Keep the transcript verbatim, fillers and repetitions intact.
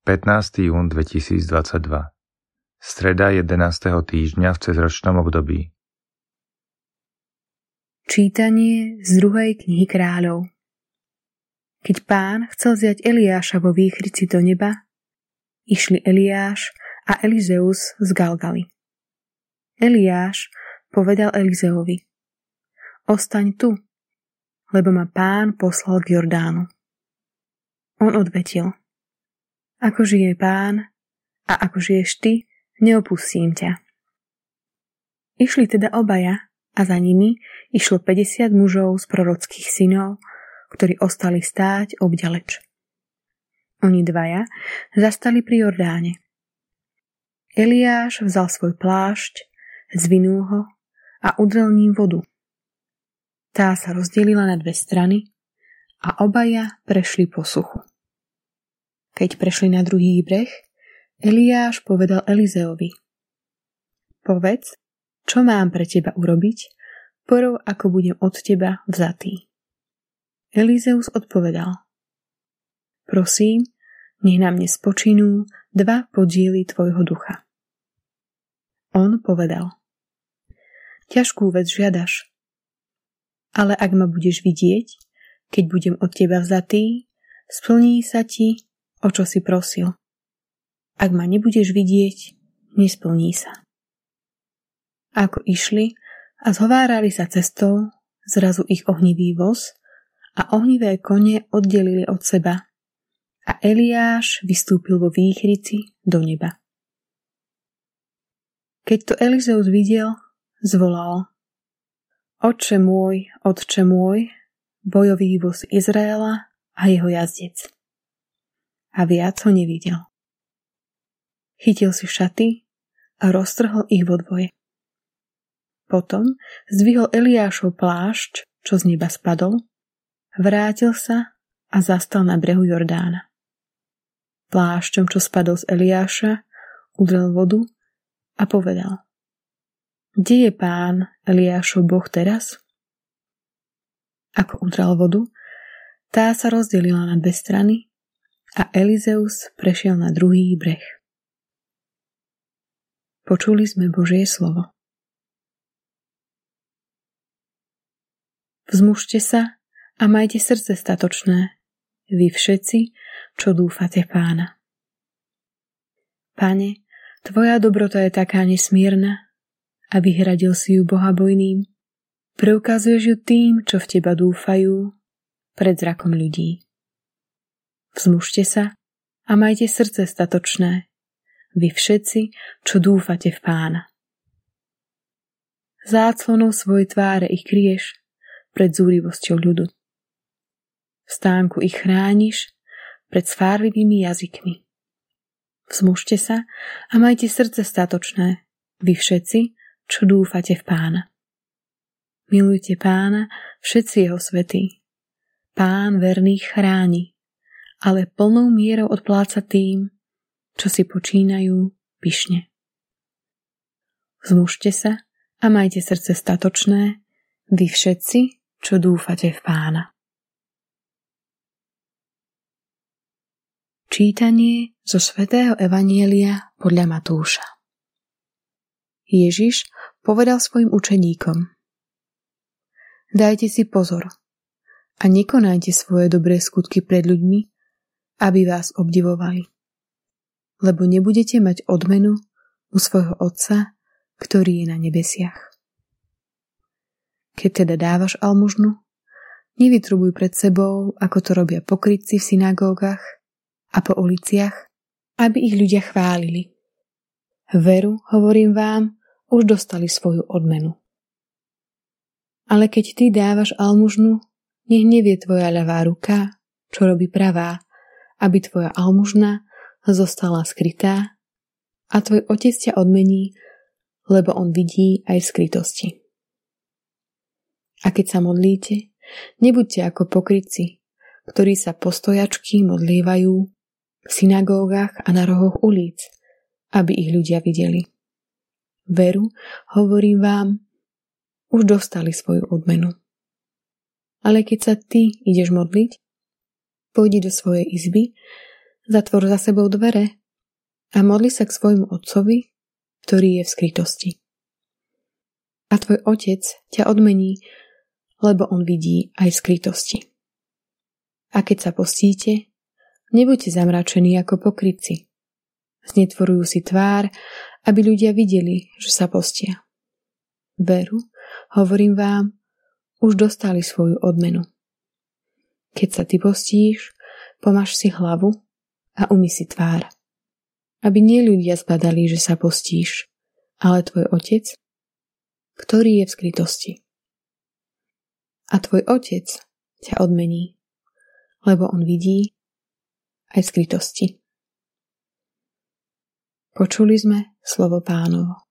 pätnásteho júna dvetisícdvadsaťdva. Streda jedenásteho týždňa v cezročnom období. Čítanie z druhej knihy Kráľov. Keď Pán chcel vziať Eliáša vo výchrici do neba, išli Eliáš a Elizeus z Galgaly. Eliáš povedal Elizeovi: Ostaň tu, lebo ma Pán poslal k Jordánu. On odvetil: Ako žije Pán a ako žiješ ty, neopustím ťa. Išli teda obaja a za nimi išlo päťdesiat mužov z prorockých synov, ktorí ostali stáť obďaleč. Oni dvaja zastali pri Jordáne. Eliáš vzal svoj plášť, zvinul ho a udrel ním vodu. Tá sa rozdelila na dve strany a obaja prešli po suchu. Keď prešli na druhý breh, Eliáš povedal Elizeovi: Povedz, čo mám pre teba urobiť, prv ako budem od teba vzatý. Elizeus odpovedal: Prosím, nech na mne spočinú dva podiely tvojho ducha. On povedal: Ťažkú vec žiadaš, ale ak ma budeš vidieť, keď budem od teba vzatý, splní sa ti, o čo si prosil. Ak ma nebudeš vidieť, nesplní sa. Ako išli a zhovárali sa cestou, zrazu ich ohnivý voz a ohnivé kone oddelili od seba a Eliáš vystúpil vo výchrici do neba. Keď to Elizeus videl, zvolal: Otče môj, otče môj, bojový voz Izraela a jeho jazdec. A viac ho nevidel. Chytil si šaty a roztrhol ich vo dvoje. Potom zdvihol Eliášov plášť, čo z neba spadol, vrátil sa a zastal na brehu Jordána. Plášťom, čo spadol z Eliáša, udrel vodu a povedal: Kde je Pán, Eliášov Boh teraz? Ako udrel vodu, tá sa rozdelila na dve strany a Elizeus prešiel na druhý breh. Počuli sme Božie slovo. Vzmužte sa a majte srdce statočné, vy všetci, čo dúfate v Pána. Pane, tvoja dobrota je taká nesmierna a vyhradil si ju bohabojným. Preukazuješ ju tým, čo v teba dúfajú, pred zrakom ľudí. Vzmužte sa a majte srdce statočné, vy všetci, čo dúfate v Pána. Záclonou svojej tváre ich kryješ pred zúrivosťou ľudu. V stánku ich chrániš pred svárlivými jazykmi. Vzmužte sa a majte srdce statočné, vy všetci, čo dúfate v Pána. Milujte Pána, všetci jeho svätí. Pán verných chráni, ale plnou mierou odpláca tým, čo si počínajú pyšne. Vzmužte sa a majte srdce statočné, vy všetci, čo dúfate v Pána. Čítanie zo svätého Evanjelia podľa Matúša. Ježiš povedal svojim učeníkom: Dajte si pozor a nekonajte svoje dobré skutky pred ľuďmi, aby vás obdivovali. Lebo nebudete mať odmenu u svojho Otca, ktorý je na nebesiach. Keď teda dávaš almužnu, nevytrubuj pred sebou, ako to robia pokrytci v synagógach a po uliciach, aby ich ľudia chválili. Veru, hovorím vám, už dostali svoju odmenu. Ale keď ty dávaš almužnu, nech nevie tvoja ľavá ruka, čo robí pravá, aby tvoja almužna zostala skrytá a tvoj Otec ťa odmení, lebo on vidí aj v skrytosti. A keď sa modlíte, nebuďte ako pokrytci, ktorí sa postojačky modlievajú v synagógach a na rohoch ulic, aby ich ľudia videli. Veru, hovorím vám, už dostali svoju odmenu. Ale keď sa ty ideš modliť, pôjdi do svojej izby, zatvor za sebou dvere a modli sa k svojmu otcovi, ktorý je v skrytosti. A tvoj otec ťa odmení, lebo on vidí aj v skrytosti. A keď sa postíte, nebuďte zamračení ako pokrytci. Znetvorujú si tvár, aby ľudia videli, že sa postia. Veru, hovorím vám, už dostali svoju odmenu. Keď sa ty postíš, pomaž si hlavu a umyj si tvár. Aby nie ľudia zbadali, že sa postíš, ale tvoj otec, ktorý je v skrytosti. A tvoj otec ťa odmení, lebo on vidí aj v skrytosti. Počuli sme slovo Pánovo.